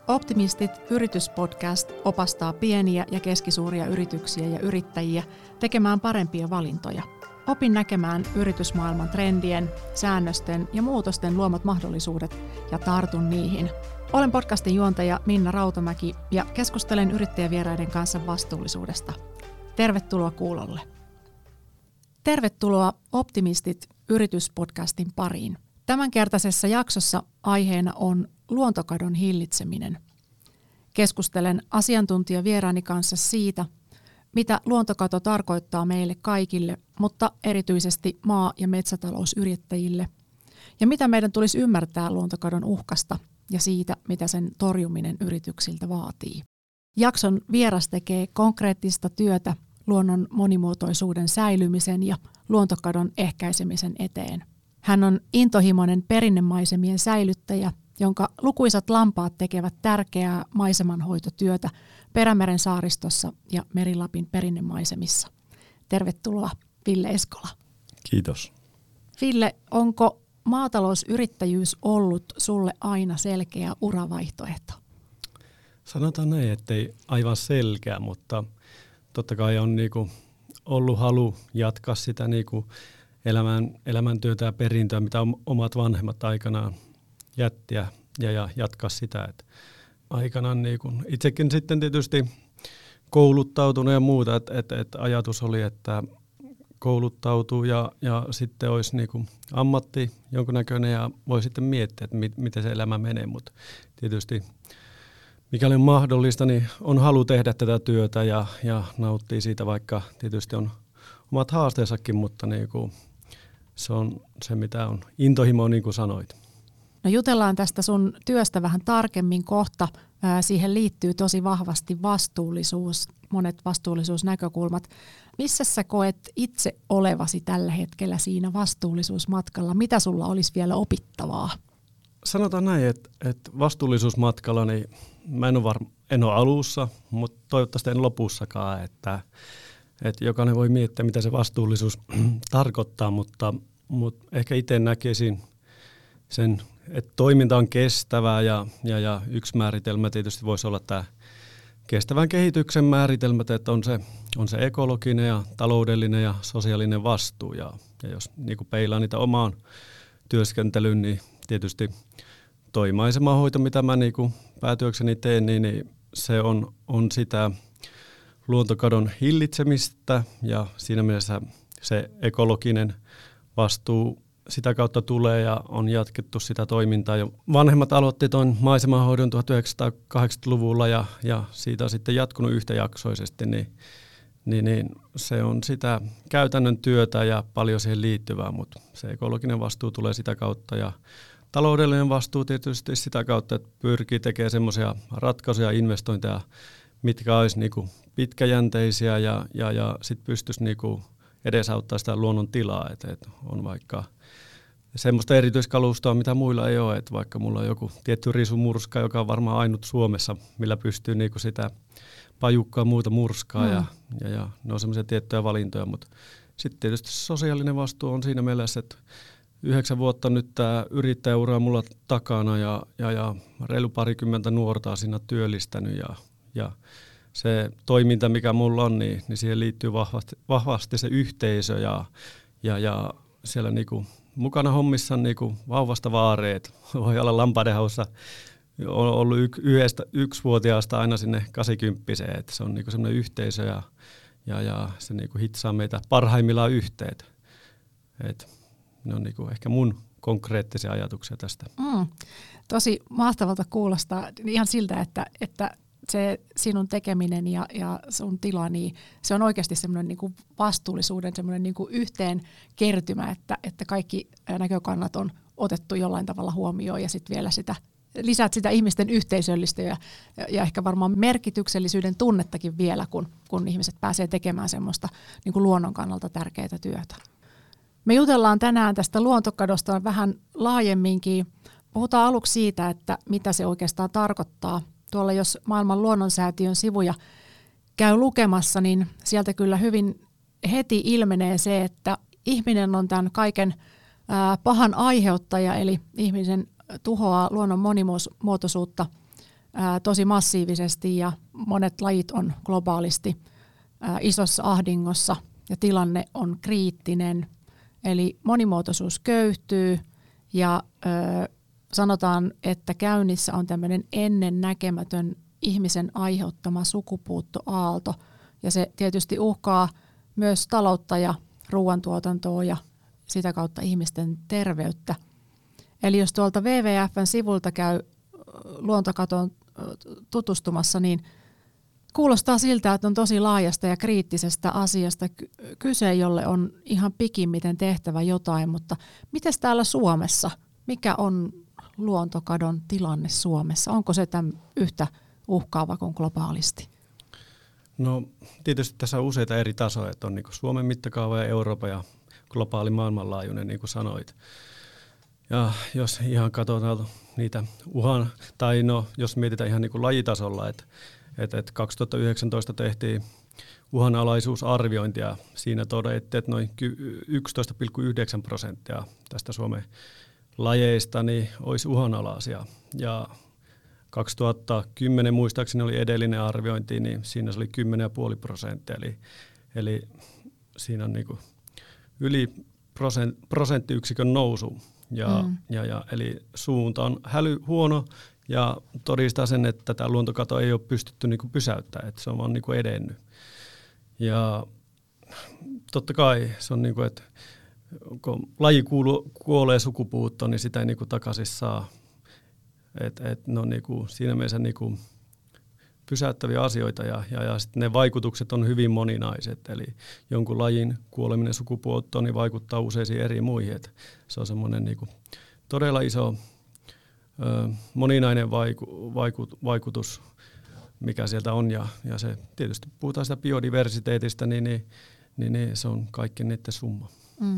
Optimistit yrityspodcast opastaa pieniä ja keskisuuria yrityksiä ja yrittäjiä tekemään parempia valintoja. Opin näkemään yritysmaailman trendien, säännösten ja muutosten luomat mahdollisuudet ja tartun niihin. Olen podcastin juontaja Minna Rautamäki ja keskustelen yrittäjävieraiden kanssa vastuullisuudesta. Tervetuloa kuulolle. Tervetuloa Optimistit yrityspodcastin pariin. Tämänkertaisessa jaksossa aiheena on luontokadon hillitseminen. Keskustelen asiantuntijavieraani kanssa siitä, mitä luontokato tarkoittaa meille kaikille, mutta erityisesti maa- ja metsätalousyrittäjille, ja mitä meidän tulisi ymmärtää luontokadon uhkasta ja siitä, mitä sen torjuminen yrityksiltä vaatii. Jakson vieras tekee konkreettista työtä luonnon monimuotoisuuden säilymisen ja luontokadon ehkäisemisen eteen. Hän on intohimoinen perinnemaisemien säilyttäjä, jonka lukuisat lampaat tekevät tärkeää maisemanhoitotyötä Perämeren saaristossa ja Meri-Lapin perinnemaisemissa. Tervetuloa, Ville Eskola. Kiitos. Ville, onko maatalousyrittäjyys ollut sulle aina selkeä uravaihtoehto? Sanotaan näin, ettei aivan selkeä, mutta totta kai on ollut halu jatkaa sitä elämäntyötä ja perintöä, mitä omat vanhemmat aikanaan jättiä ja jatkaa sitä. Että aikanaan itsekin sitten tietysti kouluttautunut ja muuta, että ajatus oli, että kouluttautuu ja sitten olisi ammatti jonkunnäköinen ja voi sitten miettiä, että miten se elämä menee, mutta tietysti mikäli on mahdollista, niin on halu tehdä tätä työtä ja nauttii siitä, vaikka tietysti on omat haasteensakin, mutta se on se, mitä on intohimo, niin kuin sanoit. No jutellaan tästä sun työstä vähän tarkemmin kohta. Siihen liittyy tosi vahvasti vastuullisuus, monet vastuullisuusnäkökulmat. Missä sä koet itse olevasi tällä hetkellä siinä vastuullisuusmatkalla? Mitä sulla olisi vielä opittavaa? Sanotaan näin, että vastuullisuusmatkalla niin mä en ole alussa, mutta toivottavasti en lopussakaan. Että jokainen voi miettiä, mitä se vastuullisuus tarkoittaa, mutta ehkä itse näkisin sen, että toiminta on kestävää ja yksi määritelmä tietysti voisi olla tämä kestävän kehityksen määritelmät, että on se ekologinen ja taloudellinen ja sosiaalinen vastuu. Ja jos peilaa niitä omaan työskentelyyn, niin tietysti toi maisemanhoito, mitä mä päätyökseni teen, niin se on sitä luontokadon hillitsemistä ja siinä mielessä se ekologinen vastuu sitä kautta tulee ja on jatkettu sitä toimintaa. Ja vanhemmat aloitti tuon maisemanhoidon 1980-luvulla ja siitä on sitten jatkunut yhtäjaksoisesti, niin se on sitä käytännön työtä ja paljon siihen liittyvää, mutta se ekologinen vastuu tulee sitä kautta ja taloudellinen vastuu tietysti sitä kautta, että pyrkii tekemään semmoisia ratkaisuja ja investointeja, mitkä olisi pitkäjänteisiä ja sitten pystyisi edesauttaa sitä luonnon tilaa, että on vaikka semmoista erityiskalustoa, mitä muilla ei ole, että vaikka mulla on joku tietty risumurska, joka on varmaan ainut Suomessa, millä pystyy sitä pajukkaa muuta murskaa ja ne on semmoisia tiettyjä valintoja, mutta sitten tietysti sosiaalinen vastuu on siinä mielessä, että 9 vuotta nyt tämä yrittäjäura on mulla takana ja reilu parikymmentä nuorta on siinä työllistänyt ja se toiminta, mikä mulla on, niin siihen liittyy vahvasti se yhteisö ja siellä mukana hommissa vauvasta vaareet. Voi olla Lampadenhaussa on ollut yksivuotiaasta aina sinne 80-vuotiaaseen, että se on semmoinen yhteisö ja se hitsaa meitä parhaimmillaan yhteen. Ne on ehkä mun konkreettisia ajatuksia tästä. Tosi mahtavalta kuulostaa ihan siltä, että se sinun tekeminen ja sun tila, niin se on oikeasti semmoinen vastuullisuuden semmoinen yhteen kertymä, että kaikki näkökannat on otettu jollain tavalla huomioon ja sitten vielä lisäät sitä ihmisten yhteisöllistä ja ehkä varmaan merkityksellisyyden tunnettakin vielä, kun ihmiset pääsee tekemään semmoista luonnon kannalta tärkeää työtä. Me jutellaan tänään tästä luontokadosta vähän laajemminkin. Puhutaan aluksi siitä, että mitä se oikeastaan tarkoittaa. Tuolla jos maailman luonnonsäätiön sivuja käy lukemassa, niin sieltä kyllä hyvin heti ilmenee se, että ihminen on tämän kaiken pahan aiheuttaja, eli ihmisen tuhoaa luonnon monimuotoisuutta tosi massiivisesti ja monet lajit on globaalisti isossa ahdingossa ja tilanne on kriittinen. Eli monimuotoisuus köyhtyy ja sanotaan, että käynnissä on tämmöinen ennennäkemätön ihmisen aiheuttama sukupuuttoaalto ja se tietysti uhkaa myös taloutta ja ruoantuotantoa ja sitä kautta ihmisten terveyttä. Eli jos tuolta WWF:n sivulta käy luontokatoon tutustumassa, niin kuulostaa siltä, että on tosi laajasta ja kriittisestä asiasta kyse, jolle on ihan pikimmiten tehtävä jotain, mutta miten täällä Suomessa, mikä on luontokadon tilanne Suomessa? Onko se yhtä uhkaava kuin globaalisti? No tietysti tässä on useita eri tasoja, että on niin kuin Suomen mittakaava ja Euroopan ja globaali maailmanlaajuinen, niin kuin sanoit. Ja jos ihan katsotaan niitä jos mietitään ihan niin kuin lajitasolla, että 2019 tehtiin uhanalaisuusarviointia. Siinä todettiin, että noin 11,9% tästä Suomen lajeista niin olisi uhanalaisia. Ja 2010 muistaakseni oli edellinen arviointi, niin siinä se oli 10,5%. Eli siinä on niin kuin yli prosenttiyksikön nousu. Eli suunta on huono ja todistaa sen, että tämä luontokato ei ole pystytty niin kuin pysäyttämään, että se on vaan niin kuin edennyt. Ja totta kai se on niin kuin, että kun laji kuolee sukupuuttoon, niin sitä ei niin kuin takaisin saa. Ne on niin kuin siinä mielessä niin kuin pysäyttäviä asioita ja sitten ne vaikutukset on hyvin moninaiset. Eli jonkun lajin kuoleminen sukupuuttoon niin vaikuttaa useisiin eri muihin. Et se on semmoinen niin kuin todella iso moninainen vaikutus, mikä sieltä on. Ja se tietysti puhutaan sitä biodiversiteetistä, niin se on kaikki niiden summa.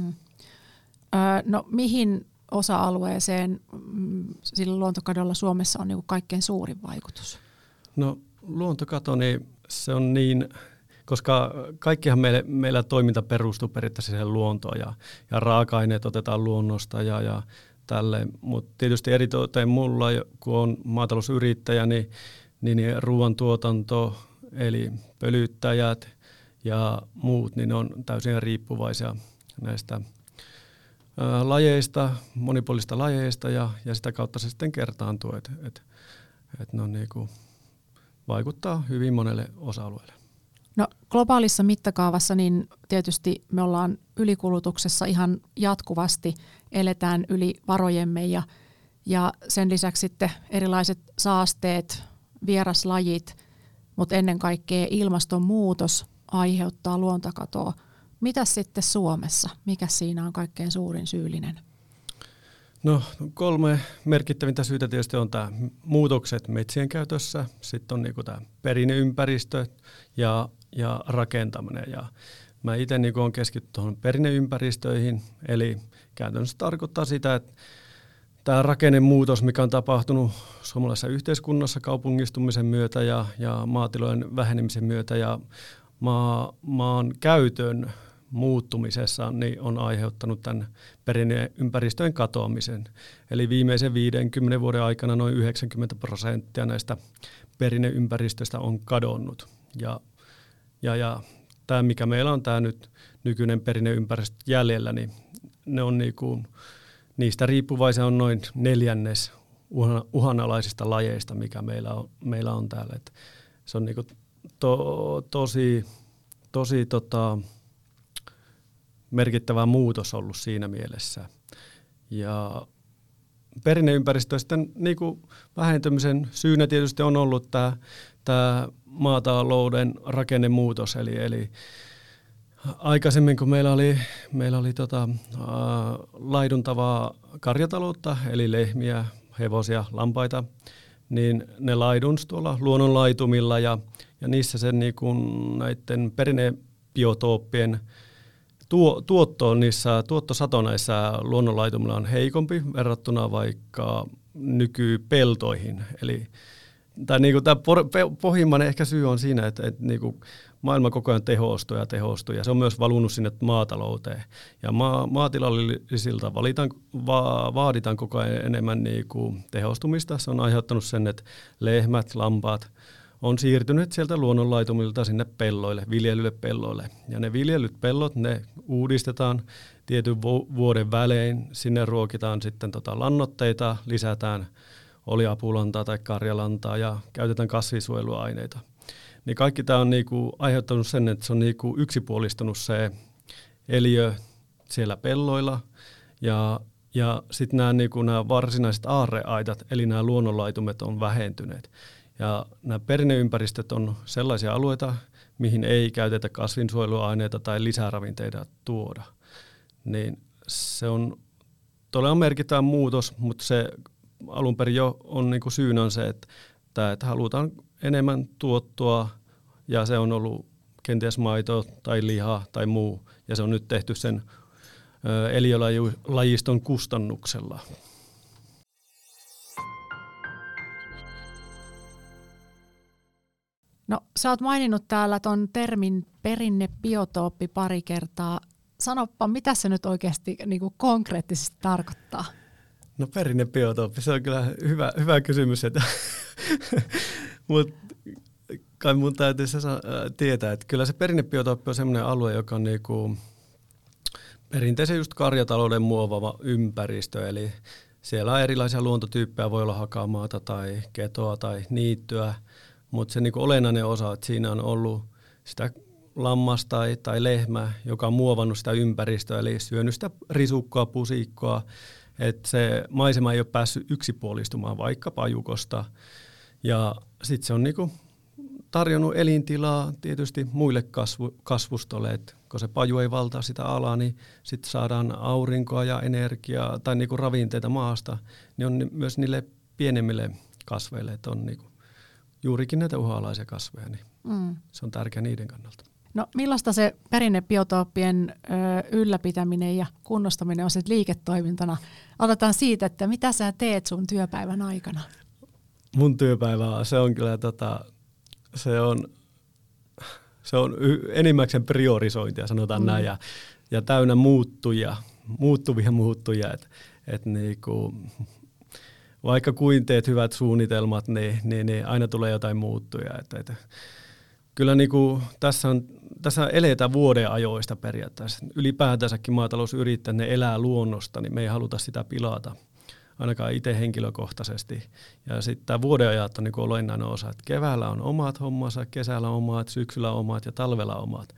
No mihin osa-alueeseen sillä luontokadolla Suomessa on niin kuin kaikkein suurin vaikutus? No luontokato, niin se on niin, koska kaikkihan meillä toiminta perustuu periaatteessa siihen luontoon ja raaka-aineet otetaan luonnosta ja tälleen. Mutta tietysti eritoten mulla, kun on maatalousyrittäjä, niin ruoantuotanto, eli pölyttäjät ja muut, niin on täysin riippuvaisia näistä lajeista, monipuolista lajeista ja sitä kautta se sitten kertaantuu, että ne on niinku vaikuttaa hyvin monelle osa-alueelle. No globaalissa mittakaavassa niin tietysti me ollaan ylikulutuksessa ihan jatkuvasti, eletään yli varojemme ja sen lisäksi sitten erilaiset saasteet, vieraslajit, mutta ennen kaikkea ilmastonmuutos aiheuttaa luontokatoa. Mitäs sitten Suomessa? Mikä siinä on kaikkein suurin syyllinen? No 3 merkittävintä syytä tietysti on tämä muutokset metsien käytössä, sitten on niinku tämä perinneympäristö ja rakentaminen. Ja mä itse niinku olen keskittynyt tuohon perinneympäristöihin, eli käytännössä tarkoittaa sitä, että tämä rakennemuutos, mikä on tapahtunut suomalaisessa yhteiskunnassa kaupungistumisen myötä ja maatilojen vähenemisen myötä ja maan käytön muuttumisessa, niin on aiheuttanut tämän perinneympäristöjen katoamisen. Eli viimeisen 50 vuoden aikana noin 90% näistä perinneympäristöistä on kadonnut. Ja tämä, mikä meillä on tämä nyt nykyinen perinneympäristö jäljellä, niin ne on niistä riippuvaisia on noin 1/4 uhanalaisista lajeista, mikä meillä on täällä. Et se on tosi merkittävä muutos ollut siinä mielessä. Ja perinneympäristöisten vähentymisen syynä tietysti on ollut tämä maatalouden rakennemuutos. Eli aikaisemmin kun meillä oli laiduntavaa karjataloutta, eli lehmiä, hevosia, lampaita, niin ne laidunsi tuolla luonnonlaitumilla ja niissä sen näiden perinnebiotooppien tuottosato näissä luonnonlaitumilla on heikompi verrattuna vaikka nykypeltoihin. tai niin kuin tämä pohjimmainen ehkä syy on siinä, että niin kuin maailma koko ajan tehostuu ja se on myös valunut sinne maatalouteen. Ja maatilallisilta vaaditaan koko ajan enemmän niin kuin tehostumista. Se on aiheuttanut sen, että lehmät, lampaat on siirtynyt sieltä luonnonlaitumilta sinne pelloille, viljelylle pelloille. Ja ne viljelyt pellot, ne uudistetaan tietyn vuoden välein. Sinne ruokitaan sitten lannoitteita, lisätään oliapulantaa tai karjalantaa ja käytetään kasvinsuojeluaineita. Niin kaikki tämä on niinku aiheuttanut sen, että se on niinku yksipuolistunut se eliö siellä pelloilla ja sitten nämä varsinaiset aarreaitat, eli nämä luonnonlaitumet on vähentyneet. Ja nämä perinneympäristöt on sellaisia alueita, mihin ei käytetä kasvinsuojeluaineita tai lisäravinteita tuoda. Niin se on todella merkittävä muutos, mutta se alun perin jo on niinku syynä on se, että halutaan enemmän tuottoa ja se on ollut kenties maito tai liha tai muu ja se on nyt tehty sen eliölajiston kustannuksella. No sä oot maininnut täällä ton termin perinnebiotooppi pari kertaa. Sanoppa, mitä se nyt oikeasti niin kuin konkreettisesti tarkoittaa? No perinnebiotooppi, se on kyllä hyvä kysymys. Mutta kai mun täytyy tietää, että kyllä se perinnebiotooppi on semmoinen alue, joka on niinku perinteisen just karjatalouden muovava ympäristö. Eli siellä on erilaisia luontotyyppejä, voi olla hakamaata tai ketoa tai niittyä, mutta se niinku olennainen osa, että siinä on ollut sitä lammas tai lehmä, joka on muovannut sitä ympäristöä, eli syönyt sitä risukkoa, pusikkoa, että se maisema ei ole päässyt yksipuolistumaan vaikka pajukosta. Ja sitten se on niinku tarjonnut elintilaa tietysti muille kasvustolle, että kun se paju ei valtaa sitä alaa, niin sitten saadaan aurinkoa ja energiaa tai niinku ravinteita maasta, niin on myös niille pienemmille kasveille, että on niinku juurikin näitä uhanalaisia kasveja, niin se on tärkeä niiden kannalta. No millaista se perinnebiotooppien ylläpitäminen ja kunnostaminen on sit liiketoimintana? Aloitetaan siitä, että mitä sä teet sun työpäivän aikana? Mun työpäivä, se on kyllä se on enimmäkseen priorisointia, sanotaan näin, ja täynnä muuttuvia että niinku, vaikka kuin teet hyvät suunnitelmat, niin aina tulee jotain muuttuja. Että kyllä niinku, tässä eletään vuoden ajoista periaatteessa. Ylipäätänsäkin maatalousyrittäjät, ne elää luonnosta, niin me ei haluta sitä pilata, ainakaan itse henkilökohtaisesti. Ja sitten tämä vuodenajat on niinku olennainen osa, että keväällä on omat hommansa, kesällä omat, syksyllä omat ja talvella omat.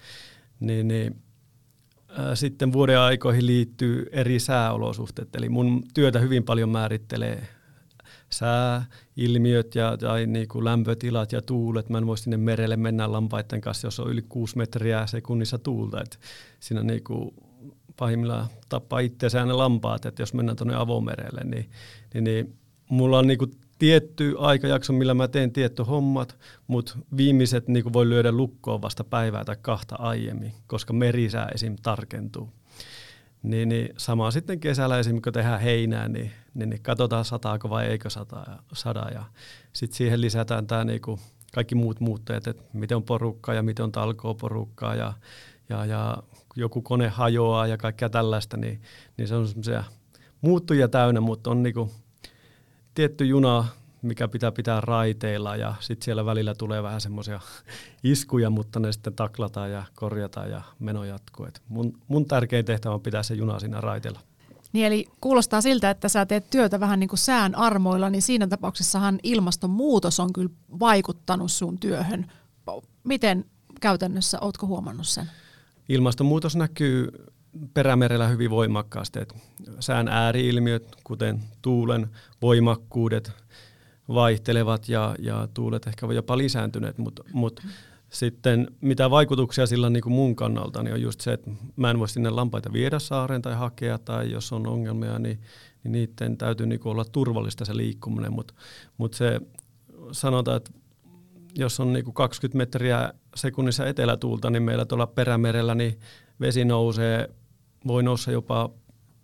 Sitten vuoden aikoihin liittyy eri sääolosuhteet, eli mun työtä hyvin paljon määrittelee sääilmiöt tai niinku lämpötilat ja tuulet. Mä en voi sinne merelle mennä lampaiden kanssa, jos on yli 6 metriä sekunnissa tuulta. Et siinä niinku pahimmillaan tappaa itseään ne lampaat, että jos mennään tuonne avomerelle, niin mulla on niinku tietty aikajakso, millä mä teen tietty hommat, mutta viimeiset niinku voi lyödä lukkoon vasta päivää tai 2 aiemmin, koska merisää esim. Tarkentuu. Niin sama sitten kesällä esimerkiksi, kun tehdään heinää, niin katsotaan sataako vai eikö sada. Ja sitten siihen lisätään tämä niinku kaikki muut muuttajat, että miten on porukkaa ja miten on talkooporukkaa ja joku kone hajoaa ja kaikkea tällaista, niin se on semmoisia muuttujia täynnä, mutta on niinku tietty juna, mikä pitää raiteilla ja sitten siellä välillä tulee vähän semmoisia iskuja, mutta ne sitten taklataan ja korjataan ja meno jatkuu. Et mun tärkein tehtävä on pitää se juna siinä raiteilla. Niin eli kuulostaa siltä, että sä teet työtä vähän niin kuin sään armoilla, niin siinä tapauksessahan ilmastonmuutos on kyllä vaikuttanut sun työhön. Miten käytännössä, ootko huomannut sen? Ilmastonmuutos näkyy Perämerellä hyvin voimakkaasti. Et sään ääriilmiöt, kuten tuulen voimakkuudet, vaihtelevat ja tuulet ehkä jopa lisääntyneet, mutta sitten mitä vaikutuksia sillä on niin kuin mun kannalta, niin on just se, että mä en voi sinne lampaita viedä saareen tai hakea, tai jos on ongelmia, niin niiden täytyy niin kuin olla turvallista se liikkuminen, mutta se sanotaan, että jos on niin kuin 20 metriä sekunnissa etelätuulta, niin meillä tuolla Perämerellä niin vesi voi nousta jopa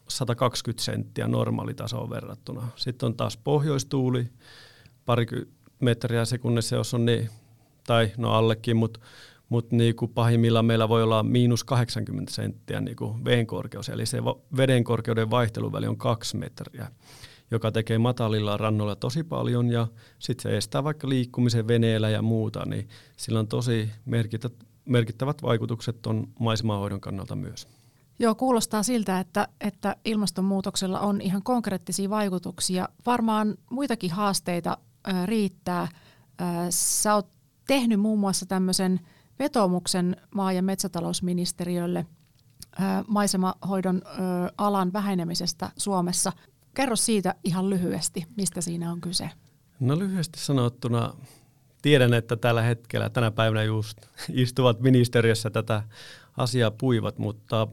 120 senttiä normaalitasoon verrattuna. Sitten on taas pohjoistuuli, metriä sekunnissa, jos on niin, tai no allekin, mutta niinku pahimmillaan meillä voi olla -80 senttiä niinku veden korkeus, eli se veden korkeuden vaihteluväli on 2 metriä, joka tekee matalilla rannoilla tosi paljon, ja sitten se estää vaikka liikkumisen veneellä ja muuta, niin sillä on tosi merkittävät vaikutukset on maisemanhoidon kannalta myös. Joo, kuulostaa siltä, että ilmastonmuutoksella on ihan konkreettisia vaikutuksia. Varmaan muitakin haasteita riittää. Sä oot tehnyt muun muassa tämmöisen vetoomuksen maa- ja metsätalousministeriölle maisemahoidon alan vähenemisestä Suomessa. Kerro siitä ihan lyhyesti, mistä siinä on kyse. No lyhyesti sanottuna tiedän, että tällä hetkellä, tänä päivänä just istuvat ministeriössä tätä asiaa puivat, mutta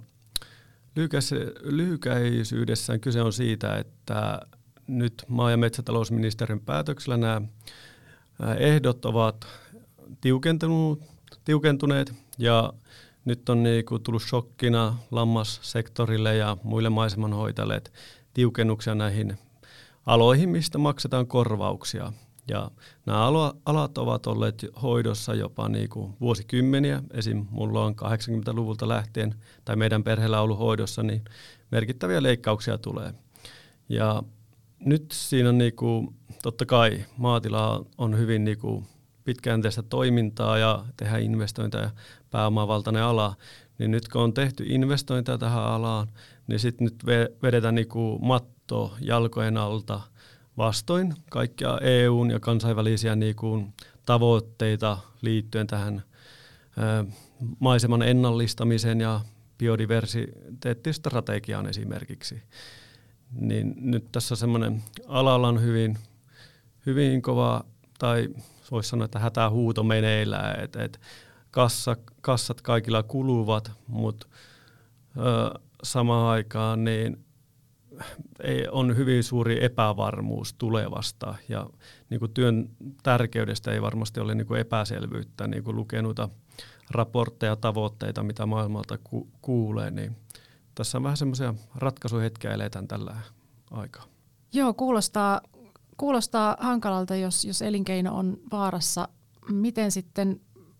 lyhykäisyydessään kyse on siitä, että nyt maa- ja metsätalousministeriön päätöksellä nämä ehdot ovat tiukentuneet ja nyt on niinku tullut shokkina lammassektorille ja muille maisemanhoitajille tiukennuksia näihin aloihin, mistä maksetaan korvauksia. Ja nämä alat ovat olleet hoidossa jopa niinku vuosikymmeniä. Esim. Mulla on 80-luvulta lähtien, tai meidän perheellä on ollut hoidossa, niin merkittäviä leikkauksia tulee. Ja nyt siinä on niinku, totta kai maatila on hyvin niinku pitkäjänteistä toimintaa ja tehdään investointeja ja pääomavaltainen ala, niin nyt kun on tehty investointeja tähän alaan, niin sitten nyt vedetään niinku matto jalkojen alta vastoin kaikkia EUn ja kansainvälisiä niinku tavoitteita liittyen tähän maiseman ennallistamiseen ja biodiversiteettistrategiaan esimerkiksi. Niin nyt tässä semmoinen alalla on hyvin kova, tai voisi sanoa, että hätähuuto meneillään, että kassat kaikilla kuluvat, mutta samaan aikaan niin on hyvin suuri epävarmuus tulevasta ja niin kuin työn tärkeydestä ei varmasti ole niin kuin epäselvyyttä, niin kuin lukenuta raportteja, tavoitteita, mitä maailmalta kuulee, niin tässä on vähän semmoisia ratkaisuhetkiä eletään tällä aikaa. Joo, kuulostaa hankalalta, jos elinkeino on vaarassa. Miten sitten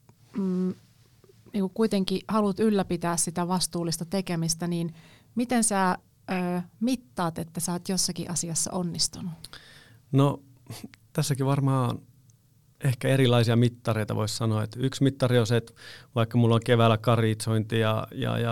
niin kuitenkin haluat ylläpitää sitä vastuullista tekemistä, niin miten sä mittaat, että sä oot jossakin asiassa onnistunut? No tässäkin varmaan ehkä erilaisia mittareita voisi sanoa. Että yksi mittari on se, että vaikka mulla on keväällä karitsointi ja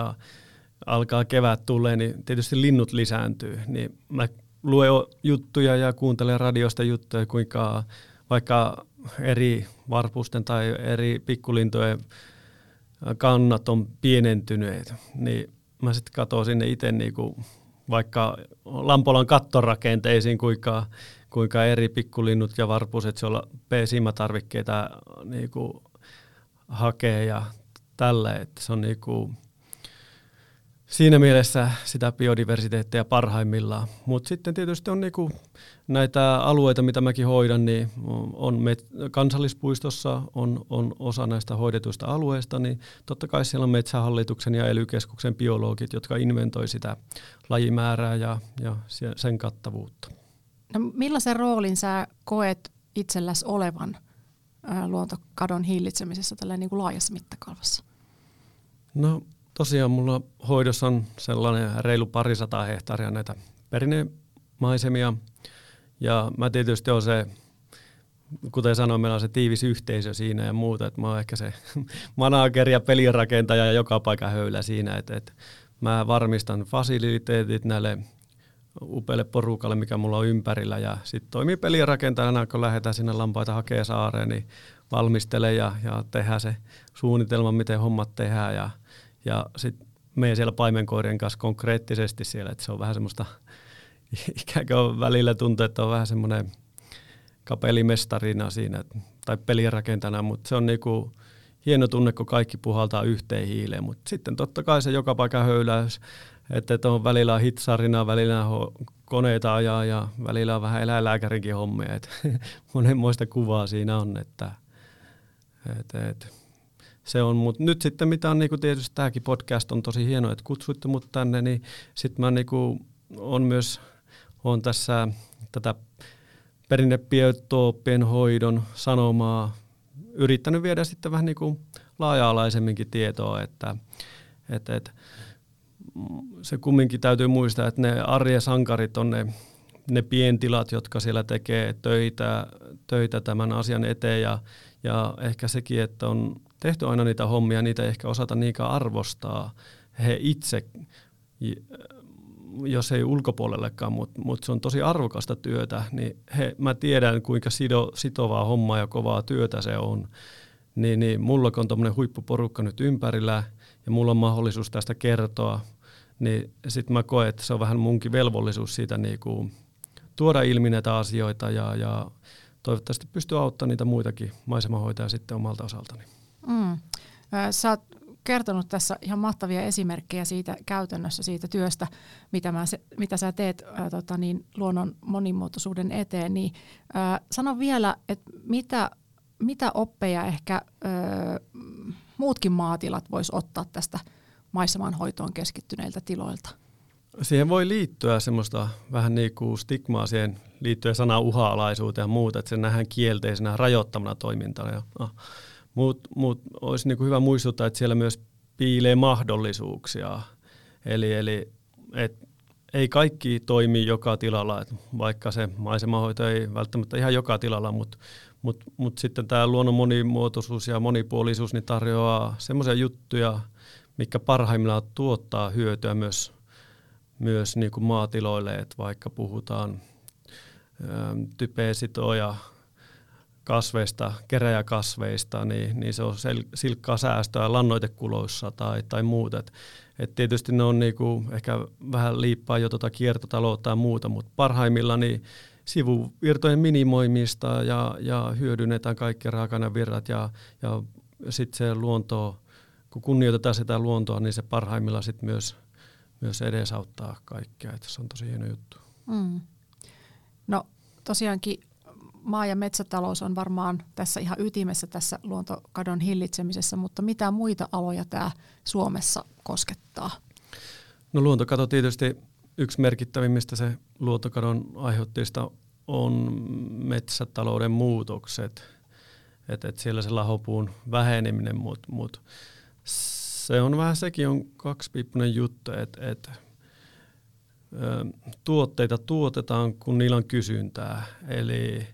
alkaa kevät tulee, niin tietysti linnut lisääntyy. Niin mä luen juttuja ja kuuntelen radiosta juttuja, kuinka vaikka eri varpusten tai eri pikkulintojen kannat on pienentyneet. Niin mä sitten katson sinne itse niinku vaikka Lampolan kattorakenteisiin, kuinka eri pikkulinnut ja varpuset siellä pesimätarvikkeita niinku hakee ja tällä, että se on niinku siinä mielessä sitä biodiversiteettiä parhaimmillaan. Mutta sitten tietysti on niinku näitä alueita, mitä mäkin hoidan, niin on kansallispuistossa on osa näistä hoidetuista alueista, niin totta kai siellä on Metsähallituksen ja ELY-keskuksen biologit, jotka inventoi sitä lajimäärää ja sen kattavuutta. No, millaisen roolin sä koet itselläsi olevan luontokadon hillitsemisessä tällä niin kuin laajassa mittakaavassa? No tosiaan mulla hoidossa on sellainen reilu 200 hehtaaria näitä perinnemaisemia. Ja mä tietysti on se, kuten sanoin, meillä on se tiivis yhteisö siinä ja muuta, että mä oon ehkä se manageri ja pelirakentaja ja joka paikan höylä siinä, että mä varmistan fasiliteetit näille upeille porukalle, mikä mulla on ympärillä ja sitten toimii pelirakentajana, kun lähdetään sinne lampaita hakee saareen, niin valmistele ja tehdään se suunnitelma, miten hommat tehdään ja sitten menen siellä paimenkoirien kanssa konkreettisesti siellä, että se on vähän semmoista, ikään kuin välillä tuntuu, että on vähän semmoinen kapelimestarina siinä, tai pelirakentajana, mutta se on niinku hieno tunne, kun kaikki puhaltaa yhteen hiileen, mutta sitten totta kai se joka paikan höyläys, että on välillä hitsarina, välillä koneita ajaa ja välillä on vähän eläinlääkärinkin hommia, että monenmoista kuvaa siinä on, että se on, mutta nyt sitten mitä on niinku tietysti tämäkin podcast on tosi hieno, että kutsuitte mut tänne, niin sitten mä niinku on tässä tätä perinnebiootooppien hoidon sanomaa, yrittänyt viedä sitten vähän niin kuin laaja-alaisemminkin tietoa, että se kumminkin täytyy muistaa, että ne arjen sankarit on ne pientilat, jotka siellä tekee töitä tämän asian eteen ja ehkä sekin, että on tehty aina niitä hommia, niitä ei ehkä osata niinkään arvostaa he itse, jos ei ulkopuolellekaan, mutta se on tosi arvokasta työtä, niin mä tiedän kuinka sitovaa hommaa ja kovaa työtä se on, niin mulla on tommoinen huippuporukka nyt ympärillä ja mulla on mahdollisuus tästä kertoa, niin sitten mä koen, että se on vähän munkin velvollisuus siitä niinku tuoda ilmi näitä asioita ja toivottavasti pystyy auttamaan niitä muitakin maisemahoitajia sitten omalta osaltani. Sä oot kertonut tässä ihan mahtavia esimerkkejä siitä käytännössä, siitä työstä, mitä sä teet luonnon monimuotoisuuden eteen. Niin, sano vielä, että mitä oppeja ehkä muutkin maatilat vois ottaa tästä maisemanhoitoon keskittyneiltä tiloilta? Siihen voi liittyä semmoista vähän niin kuin stigmaa siihen liittyen sanaa uha-alaisuuteen ja muuta, että se nähdään kielteisenä rajoittamana toimintana. Mutta olisi niin kuin hyvä muistuttaa, että siellä myös piilee mahdollisuuksia. Eli ei kaikki toimi joka tilalla, että vaikka se maisemahoito ei välttämättä ihan joka tilalla, mutta sitten tämä luonnon monimuotoisuus ja monipuolisuus niin tarjoaa semmoisia juttuja, mitkä parhaimmillaan tuottaa hyötyä myös niin kuin maatiloille, että vaikka puhutaan typesitoja kasveista, keräjäkasveista, niin se on silkkaa säästöä lannoitekuloissa tai muuta. Et tietysti ne on niinku ehkä vähän liippaa jo kiertotaloutta ja muuta, mutta parhaimmillaan niin sivuvirtojen minimoimista ja hyödynnetään kaikki raaka-ainevirrat ja sitten se luonto, kun kunnioitetaan sitä luontoa, niin se parhaimmillaan sitten myös edesauttaa kaikkea. Et se on tosi hieno juttu. No tosiaankin maa- ja metsätalous on varmaan tässä ihan ytimessä tässä luontokadon hillitsemisessä, mutta mitä muita aloja tämä Suomessa koskettaa? No luontokato tietysti yksi merkittävimmistä se luontokadon aiheuttajista on metsätalouden muutokset. Et siellä se lahopuun väheneminen, mutta se on vähän sekin on kaksipiippunen juttu, että tuotteita tuotetaan, kun niillä on kysyntää. Eli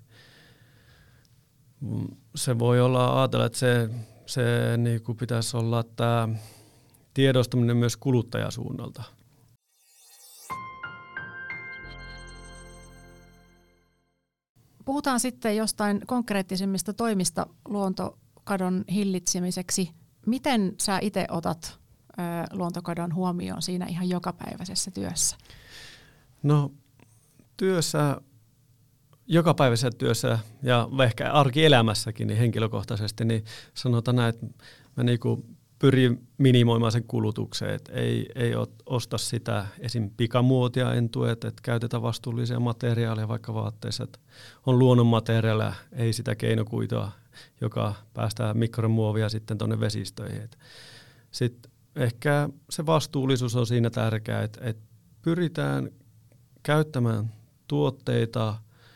se voi olla ajatella, että se niin kuin pitäisi olla tämä tiedostaminen myös kuluttajasuunnalta. Puhutaan sitten jostain konkreettisemmista toimista luontokadon hillitsemiseksi. Miten sä itse otat luontokadon huomioon siinä ihan jokapäiväisessä työssä? No jokapäiväisessä työssä ja ehkä arkielämässäkin niin henkilökohtaisesti, niin sanotaan näin, että mä niinku pyrin minimoimaan sen kulutukseen, että ei osta sitä esim. Pikamuotia en tue, että käytetään vastuullisia materiaaleja vaikka vaatteissa, että on luonnonmateriaalia, ei sitä keinokuitua, joka päästää mikromuovia sitten tuonne vesistöihin. Sitten ehkä se vastuullisuus on siinä tärkeää, että pyritään käyttämään tuotteita,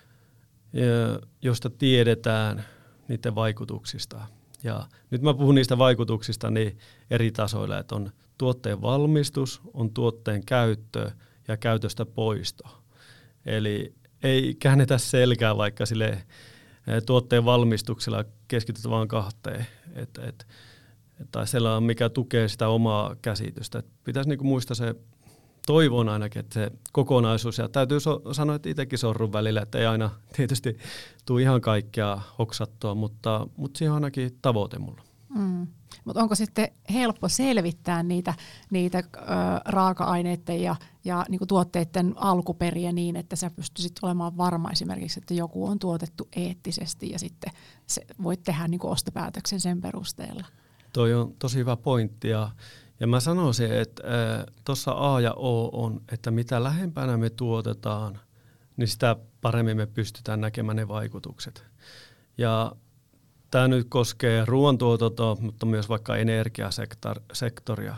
josta tiedetään niiden vaikutuksista. Ja nyt mä puhun niistä vaikutuksista niin eri tasoilla, että on tuotteen valmistus, on tuotteen käyttö ja käytöstä poisto. Eli ei käännetä selkää vaikka sille tuotteen valmistuksella keskitytä vaan kahteen. Tai sellainen, mikä tukee sitä omaa käsitystä. Et pitäisi niinku muistaa se, toivon ainakin, että se kokonaisuus, ja täytyy sanoa, että itsekin sorrun välillä, että ei aina tietysti tule ihan kaikkea hoksattua, mutta siinä on ainakin tavoite mulla. Mutta onko sitten helppo selvittää niitä raaka-aineiden ja niinku tuotteiden alkuperiä niin, että sä pystyisit olemaan varma esimerkiksi, että joku on tuotettu eettisesti ja sitten voit tehdä niinku ostopäätöksen sen perusteella? Toi on tosi hyvä pointti ja mä sanoisin, että tuossa A ja O on, että mitä lähempänä me tuotetaan, niin sitä paremmin me pystytään näkemään ne vaikutukset. Ja tämä nyt koskee ruoantuotantoa, mutta myös vaikka energiasektoria.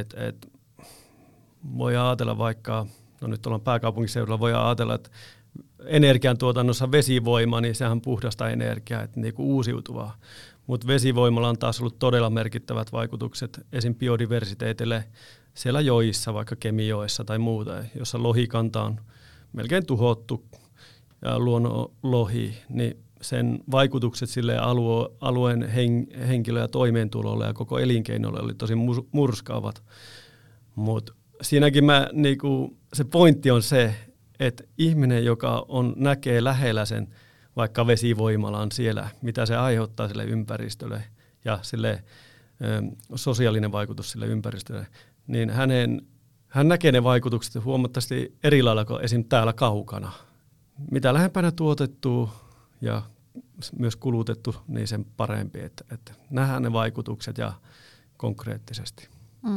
Voi ajatella vaikka, no nyt ollaan pääkaupunkiseudulla, voi ajatella, että energiantuotannossa vesivoima, niin sehän on puhdasta energiaa, että niin kuin uusiutuvaa. Mutta vesivoimalla on taas ollut todella merkittävät vaikutukset esim. Biodiversiteetille siellä joissa, vaikka Kemijoessa tai muuta, jossa lohikanta on melkein tuhottu ja luonnonlohi, niin sen vaikutukset sille alueen henkilö- ja toimeentulolle ja koko elinkeinolle oli tosi murskaavat. Mutta siinäkin se pointti on se, että ihminen, joka näkee lähellä sen vaikka vesivoimalan siellä, mitä se aiheuttaa sille ympäristölle ja sille sosiaalinen vaikutus sille ympäristölle, niin hän näkee ne vaikutukset huomattavasti eri lailla kuin esim. Täällä kaukana. Mitä lähempänä tuotettu ja myös kulutettu, niin sen parempi, että nähdään ne vaikutukset ja konkreettisesti.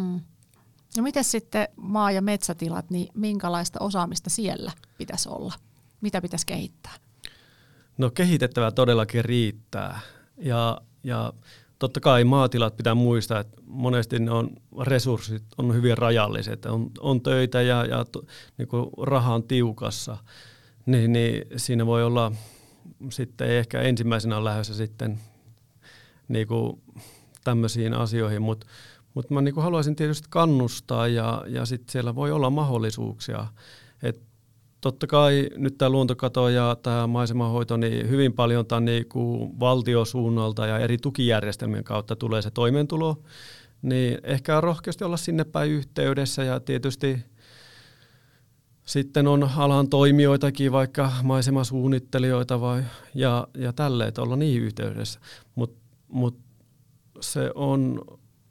No miten sitten maa- ja metsätilat, niin minkälaista osaamista siellä pitäisi olla? Mitä pitäisi kehittää? No kehitettävää todellakin riittää ja totta kai maatilat pitää muistaa, että monesti resurssit on hyvin rajalliset, on töitä ja niin kuin raha on tiukassa, niin siinä voi olla sitten ehkä ensimmäisenä lähdössä sitten niin kuin tämmöisiin asioihin, mutta mä niin kuin haluaisin tietysti kannustaa ja sitten siellä voi olla mahdollisuuksia, että totta kai nyt tämä luontokato ja tämä maisemanhoito, niin hyvin paljon tämän niin valtiosuunnalta ja eri tukijärjestelmien kautta tulee se toimeentulo, niin ehkä rohkeasti olla sinne päin yhteydessä ja tietysti sitten on alan toimijoitakin, vaikka maisemasuunnittelijoita ja tälleen, että olla niihin yhteydessä, mutta se on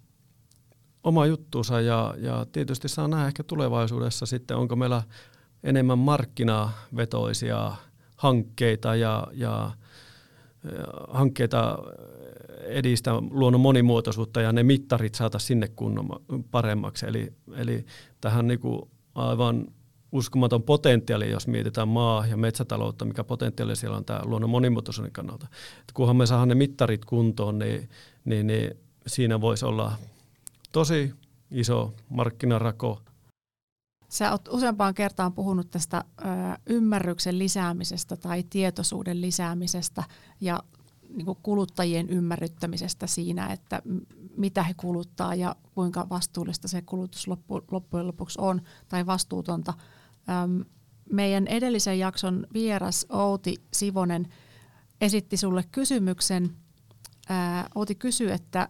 oma juttuunsa ja tietysti saa nähdä ehkä tulevaisuudessa sitten, onko meillä enemmän markkinavetoisia hankkeita ja hankkeita edistää luonnon monimuotoisuutta ja ne mittarit saataisiin sinne paremmaksi. Eli tähän niinku aivan uskomaton potentiaali, jos mietitään maa- ja metsätaloutta, mikä potentiaali siellä on tämä luonnon monimuotoisuuden kannalta. Et kunhan me saadaan ne mittarit kuntoon, niin siinä voisi olla tosi iso markkinarako. Sä oot useampaan kertaan puhunut tästä ymmärryksen lisäämisestä tai tietoisuuden lisäämisestä ja niin kuin kuluttajien ymmärryttämisestä siinä, että mitä he kuluttaa ja kuinka vastuullista se kulutus loppujen lopuksi on tai vastuutonta. Meidän edellisen jakson vieras Outi Sivonen esitti sulle kysymyksen. Outi kysyi, että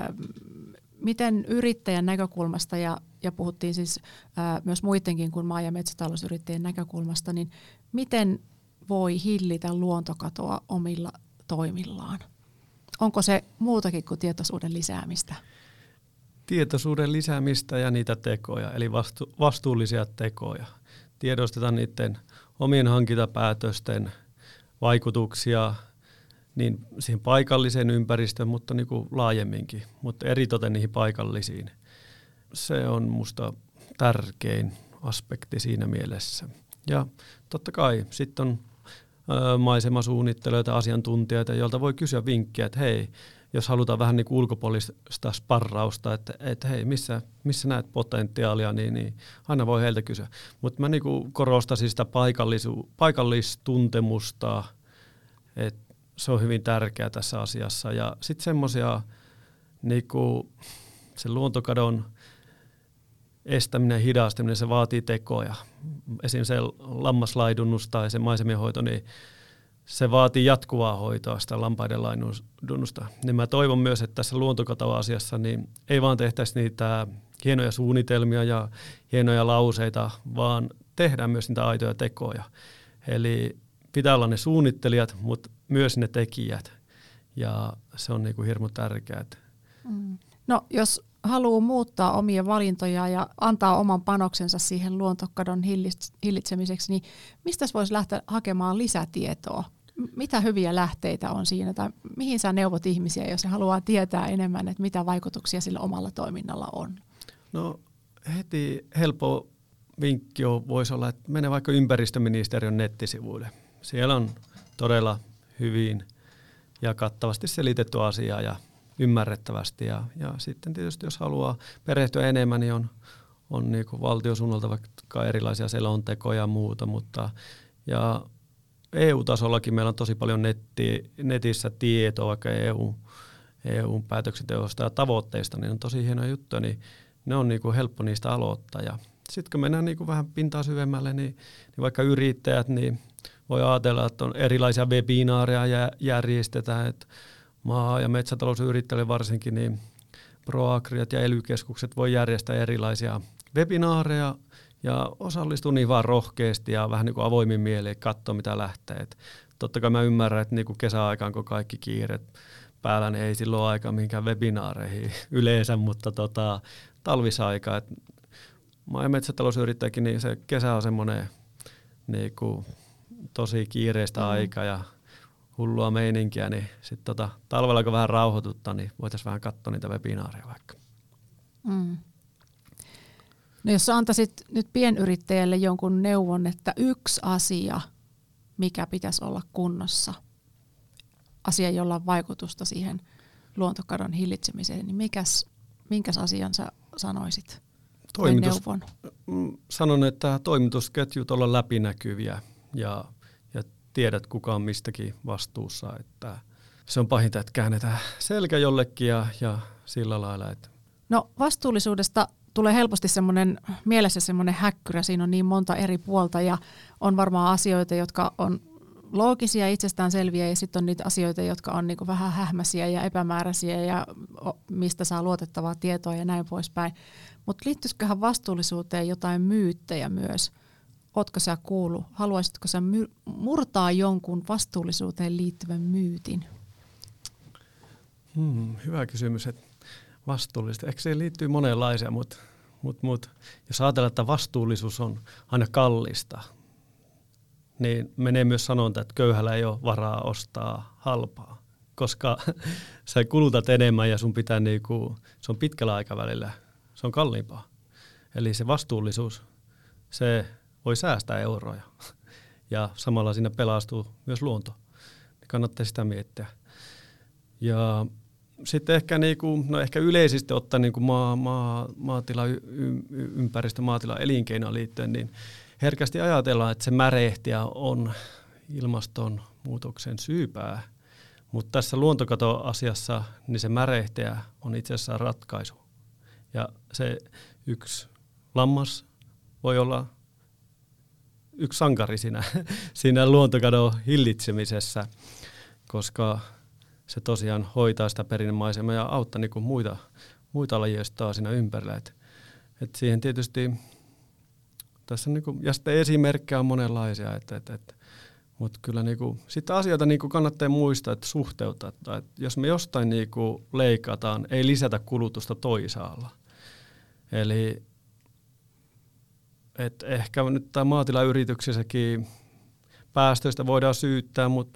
miten yrittäjän näkökulmasta ja puhuttiin siis myös muidenkin kuin maa- ja metsätalousyrittäjien näkökulmasta, niin miten voi hillitä luontokatoa omilla toimillaan? Onko se muutakin kuin tietoisuuden lisäämistä? Tietoisuuden lisäämistä ja niitä tekoja, eli vastuullisia tekoja. Tiedostetaan niiden omien hankintapäätösten vaikutuksia niin siihen paikalliseen ympäristöön, mutta niin kuin laajemminkin, mutta eritoten niihin paikallisiin. Se on musta tärkein aspekti siinä mielessä. Ja totta kai sitten on maisemasuunnittelijoita, asiantuntijoita, joilta voi kysyä vinkkiä, että hei, jos halutaan vähän niin kuin ulkopuolista sparrausta, että hei, missä näet potentiaalia, niin aina voi heiltä kysyä. Mutta mä niin kuin korostaisin sitä paikallistuntemusta, että se on hyvin tärkeää tässä asiassa. Ja sitten semmoisia niin kuin sen luontokadon estäminen ja hidastaminen, se vaatii tekoja. Esimerkiksi se lammaslaidunnus tai se maisemien hoito, niin se vaatii jatkuvaa hoitoa, sitä lampaiden laidunnusta. Niin mä toivon myös, että tässä luontokatoasiassa niin ei vaan tehtäisi niitä hienoja suunnitelmia ja hienoja lauseita, vaan tehdään myös niitä aitoja tekoja. Eli pitää olla ne suunnittelijat, mutta myös ne tekijät. Ja se on niin kuin hirmu tärkeää. No jos haluaa muuttaa omia valintoja ja antaa oman panoksensa siihen luontokadon hillitsemiseksi, niin mistä voisi lähteä hakemaan lisätietoa? Mitä hyviä lähteitä on siinä? Tai mihin sä neuvot ihmisiä, jos he haluaa tietää enemmän, että mitä vaikutuksia sillä omalla toiminnalla on? No heti helppo vinkki voisi olla, että mene vaikka ympäristöministeriön nettisivuille. Siellä on todella hyvin ja kattavasti selitetty asiaa ja ymmärrettävästi. Ja sitten tietysti jos haluaa perehtyä enemmän, niin on niin kuin valtiosuunnalta vaikka erilaisia selontekoja ja muuta. Ja EU-tasollakin meillä on tosi paljon netissä tietoa, vaikka EU-päätöksenteosta ja tavoitteista, niin on tosi hienoja juttuja, niin ne on niin kuin helppo niistä aloittaa. Ja sitten kun mennään niin kuin vähän pintaa syvemmälle, niin vaikka yrittäjät, niin voi ajatella, että on erilaisia webinaareja järjestetään, että maa- ja metsätalousyrittäjille varsinkin, niin ProAgriat ja ely-keskukset voi järjestää erilaisia webinaareja ja osallistua niin vaan rohkeasti ja vähän niin kuin avoimin mieleen katsoa, mitä lähtee. Et totta kai mä ymmärrän, että niin kuin kesäaikaan, kun kaikki kiiret päällä, niin ei silloin aika mihinkään webinaareihin yleensä, mutta talvisaika. Et maa- ja metsätalousyrittäjäkin, niin se kesä on semmoinen niin kuin tosi kiireistä aikaa ja hullua meininkiä, niin sitten talvella kun vähän rauhoituttaa, niin voitaisiin vähän katsoa niitä webinaareja vaikka. No jos antaisit nyt pienyrittäjälle jonkun neuvon, että yksi asia, mikä pitäisi olla kunnossa, asia, jolla on vaikutusta siihen luontokadon hillitsemiseen, niin minkäs asian sä sanoisit? Sanon, että toimitusketjut olla läpinäkyviä ja tiedät, kuka on mistäkin vastuussa. Että se on pahinta, että käännetään selkä jollekin ja sillä lailla. Että. No vastuullisuudesta tulee helposti mielessä semmoinen häkkyrä. Siinä on niin monta eri puolta ja on varmaan asioita, jotka on loogisia, itsestäänselviä ja sitten on niitä asioita, jotka on niinku vähän hähmäisiä ja epämääräisiä ja mistä saa luotettavaa tietoa ja näin poispäin. Mutta liittyisiköhän vastuullisuuteen jotain myyttejä myös? Ootko sä kuullut? Haluaisitko sä murtaa jonkun vastuullisuuteen liittyvän myytin? Hyvä kysymys. Vastuullista. Eikö siihen liittyy monenlaisia, mutta jos ajatellaan, että vastuullisuus on aina kallista, niin menee myös sanonta, että köyhällä ei ole varaa ostaa halpaa, koska sä kulutat enemmän ja sun pitää se on pitkällä aikavälillä, se on kalliimpaa. Eli se vastuullisuus, se voi säästää euroja ja samalla siinä pelastuu myös luonto. Kannattaa sitä miettiä. Ja sitten ehkä, ehkä yleisesti ottaen maatilaympäristö, maatilaelinkeinoon liittyen, niin herkästi ajatellaan, että se märehtiä on ilmastonmuutoksen syypää, mutta tässä luontokatoasiassa niin se märehtiä on itse asiassa ratkaisu. Ja se yksi lammas voi olla yksi sankari siinä luontokadon hillitsemisessä, koska se tosiaan hoitaa sitä perinnemaisemaa ja auttaa niin kuin muita lajistoa siinä ympärillä. Et siihen tietysti tässä ja sitten esimerkkejä on monenlaisia, mutta kyllä sitten asioita kannattaa muistaa, että suhteuttaa, että jos me jostain leikataan, ei lisätä kulutusta toisaalla. Eli ehkä nyt tämä maatilayrityksessäkin päästöistä voidaan syyttää, mutta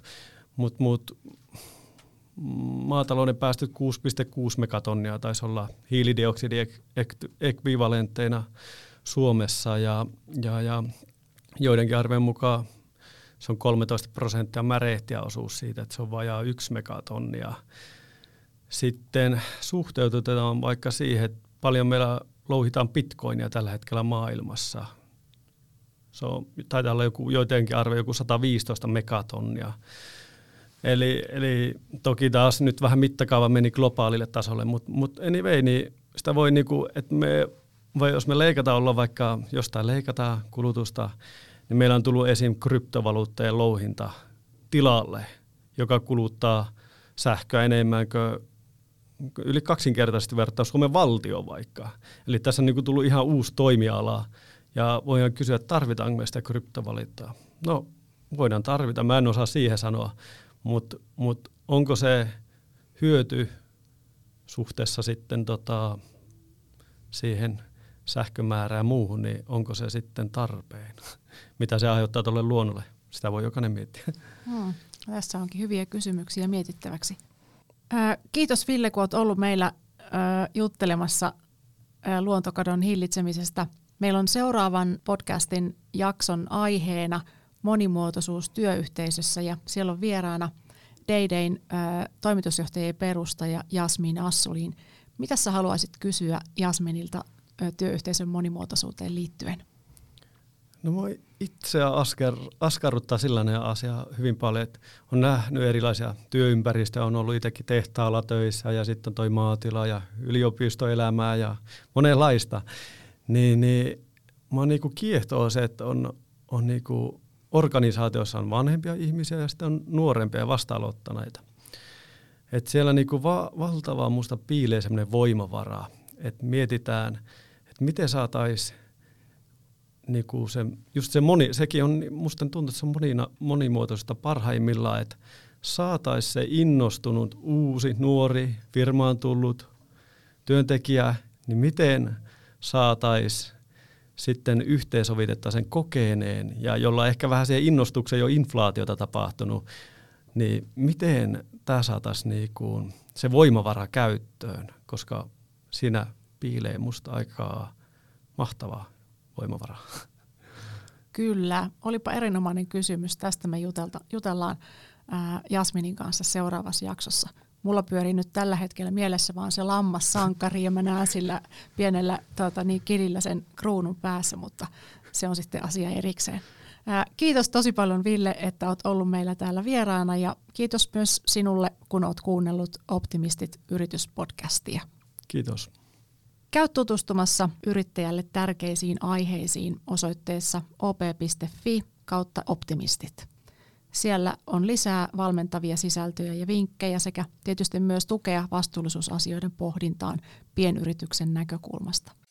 maatalouden päästöt 6,6 megatonnia taisi olla hiilidioksidiekvivalentteina Suomessa ja joidenkin arvien mukaan se on 13% märehtiäosuus siitä, että se on vajaa 1 megatonnia. Sitten suhteutetaan vaikka siihen, että paljon meillä louhitaan bitcoinia tällä hetkellä maailmassa. Taitaa olla joidenkin arvio joku 115 megatonnia. Eli toki taas nyt vähän mittakaava meni globaalille tasolle, mutta anyway, niin sitä voi että jos me leikataan vaikka jostain leikataan kulutusta, niin meillä on tullut esim. Kryptovaluuttojen louhinta tilalle, joka kuluttaa sähköä enemmän kuin yli 2-kertaisesti verrattuna Suomen valtio vaikka. Eli tässä on tullut ihan uusi toimiala ja voidaan kysyä, että tarvitaanko me sitä kryptovaluuttaa. No, voidaan tarvita, mä en osaa siihen sanoa, mutta onko se hyöty suhteessa sitten siihen sähkömäärään ja muuhun, niin onko se sitten tarpeen? Mitä se aiheuttaa tuolle luonnolle? Sitä voi jokainen miettiä. Tässä onkin hyviä kysymyksiä mietittäväksi. Kiitos Ville, kun olet ollut meillä juttelemassa luontokadon hillitsemisestä. Meillä on seuraavan podcastin jakson aiheena monimuotoisuus työyhteisössä ja siellä on vieraana Day-Dayn toimitusjohtajien perustaja Jasmin Assulin. Mitä sä haluaisit kysyä Jasminilta työyhteisön monimuotoisuuteen liittyen? No voi itseä askarruttaa sellainen asia hyvin paljon, että on nähnyt erilaisia työympäristöjä, on ollut itsekin tehtaalla töissä ja sitten toi maatila ja yliopistoelämää ja monenlaista. Niin mä niinku kiehtoo se, että on niinku organisaatioissa on vanhempia ihmisiä ja sitten on nuorempia ja vasta-aloittaneita. Et siellä niinku valtavaa musta piilee semmoinen voimavara, että mietitään, että miten saataisiin niinku sekin on, musta tuntuu, että se on monimuotoista parhaimmillaan, että saataisiin se innostunut, uusi, nuori, firmaan tullut työntekijä, niin miten saataisiin sitten yhteensovitetta sen kokeneen ja jolla ehkä vähän siihen innostukseen jo inflaatiota tapahtunut, niin miten tämä saataisiin niinku se voimavara käyttöön, koska siinä piilee musta aika mahtavaa voimavaraa. Kyllä, olipa erinomainen kysymys. Tästä me jutellaan Jasminin kanssa seuraavassa jaksossa. Mulla pyörii nyt tällä hetkellä mielessä vaan se lammassankari ja mä näen sillä pienellä kirillä sen kruunun päässä, mutta se on sitten asia erikseen. Kiitos tosi paljon Ville, että olet ollut meillä täällä vieraana ja kiitos myös sinulle, kun olet kuunnellut Optimistit yrityspodcastia. Kiitos. Käy tutustumassa yrittäjälle tärkeisiin aiheisiin osoitteessa op.fi/optimistit. Siellä on lisää valmentavia sisältöjä ja vinkkejä sekä tietysti myös tukea vastuullisuusasioiden pohdintaan pienyrityksen näkökulmasta.